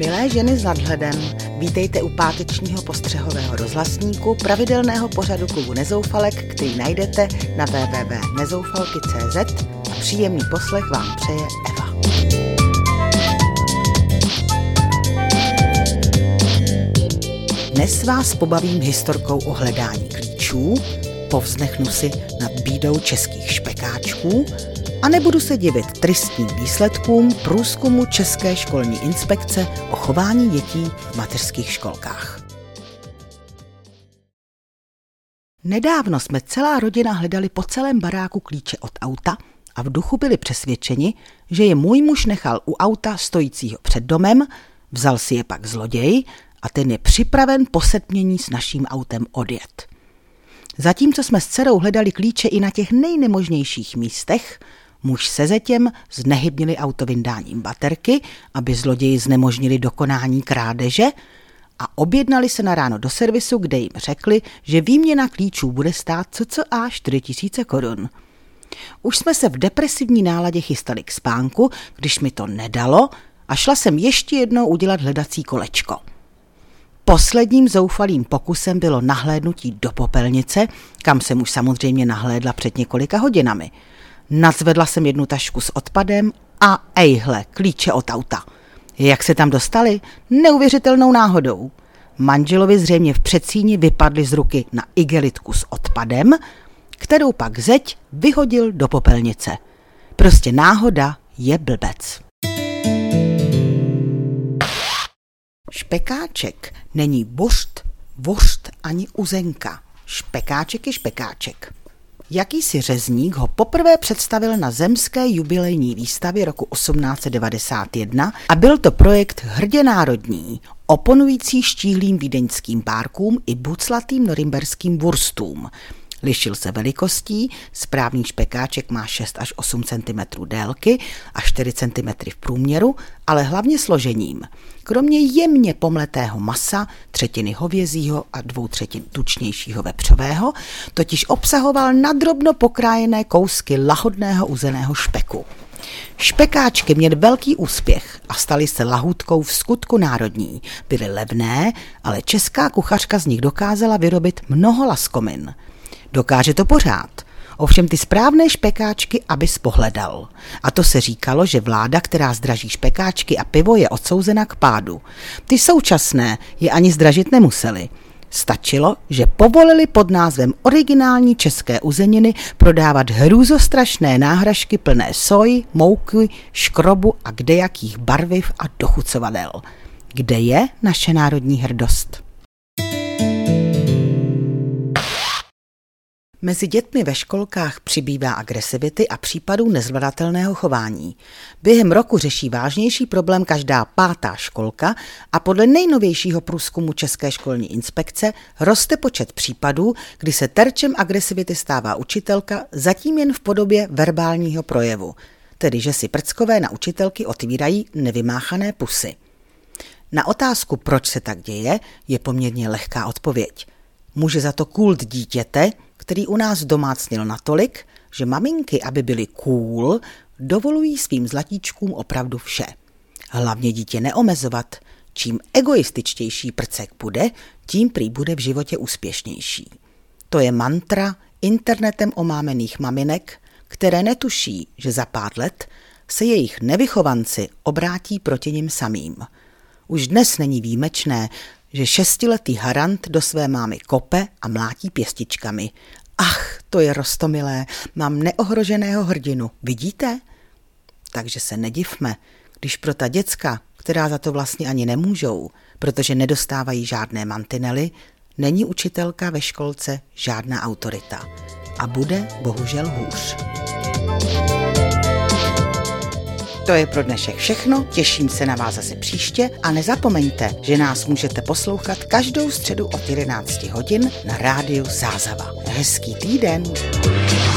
Milé ženy s nadhledem, vítejte u pátečního postřehového rozhlasníku pravidelného pořadu klubu Nezoufalek, který najdete na www.nezoufalky.cz a příjemný poslech vám přeje Eva. Dnes vás pobavím historkou o hledání klíčů, povznechnu si nad bídou českých špekáčků a nebudu se divit tristním výsledkům průzkumu České školní inspekce o chování dětí v mateřských školkách. Nedávno jsme celá rodina hledali po celém baráku klíče od auta a v duchu byli přesvědčeni, že je můj muž nechal u auta stojícího před domem, vzal si je pak zloděj a ten je připraven po setmění s naším autem odjet. Zatímco jsme s dcerou hledali klíče i na těch nejnemožnějších místech, muž se zetěm znehybnili auto vyndáním baterky, aby zloději znemožnili dokonání krádeže a objednali se na ráno do servisu, kde jim řekli, že výměna klíčů bude stát cca 4 000 korun. Už jsme se v depresivní náladě chystali k spánku, když mi to nedalo a šla jsem ještě jednou udělat hledací kolečko. Posledním zoufalým pokusem bylo nahlédnutí do popelnice, kam jsem už samozřejmě nahlédla před několika hodinami. Nadzvedla jsem jednu tašku s odpadem a ejhle, klíče od auta. Jak se tam dostali? Neuvěřitelnou náhodou. Manželovi zřejmě v předsíni vypadly z ruky na igelitku s odpadem, kterou pak zeď vyhodil do popelnice. Prostě náhoda je blbec. Špekáček není bořt, vořt ani uzenka. Špekáček je špekáček. Jakýsi řezník ho poprvé představil na zemské jubilejní výstavě roku 1891 a byl to projekt hrdě národní, oponující štíhlým vídeňským párkům i buclatým norimberským wurstům. Lišil se velikostí, správný špekáček má 6 až 8 cm délky a 4 cm v průměru, ale hlavně složením. Kromě jemně pomletého masa, 1/3 hovězího a 2/3 tučnějšího vepřového, totiž obsahoval nadrobno pokrájené kousky lahodného uzeného špeku. Špekáčky měly velký úspěch a staly se lahůdkou v skutku národní. Byly levné, ale česká kuchařka z nich dokázala vyrobit mnoho laskomin. Dokáže to pořád. Ovšem ty správné špekáčky, abys pohledal. A to se říkalo, že vláda, která zdraží špekáčky a pivo, je odsouzena k pádu. Ty současné je ani zdražit nemuseli. Stačilo, že povolili pod názvem originální české uzeniny prodávat hrůzostrašné náhražky plné soji, mouky, škrobu a kdejakých barviv a dochucovadel. Kde je naše národní hrdost? Mezi dětmi ve školkách přibývá agresivity a případů nezvladatelného chování. Během roku řeší vážnější problém každá 5. školka a podle nejnovějšího průzkumu České školní inspekce roste počet případů, kdy se terčem agresivity stává učitelka, zatím jen v podobě verbálního projevu, tedy že si prckové na učitelky otvírají nevymáchané pusy. Na otázku, proč se tak děje, je poměrně lehká odpověď. Může za to kult dítěte, který u nás domácnil natolik, že maminky, aby byly cool, dovolují svým zlatíčkům opravdu vše. Hlavně dítě neomezovat. Čím egoističtější prcek bude, tím prý bude v životě úspěšnější. To je mantra internetem omámených maminek, které netuší, že za pár let se jejich nevychovanci obrátí proti nim samým. Už dnes není výjimečné, že 6letý harant do své mámy kope a mlátí pěstičkami. Ach, to je roztomilé, mám neohroženého hrdinu, vidíte? Takže se nedivme, když pro ta děcka, která za to vlastně ani nemůžou, protože nedostávají žádné mantinely, není učitelka ve školce žádná autorita. A bude bohužel hůř. To je pro dnešek všechno, těším se na vás zase příště a nezapomeňte, že nás můžete poslouchat každou středu od 11 hodin na rádiu Zázava. Hezký týden!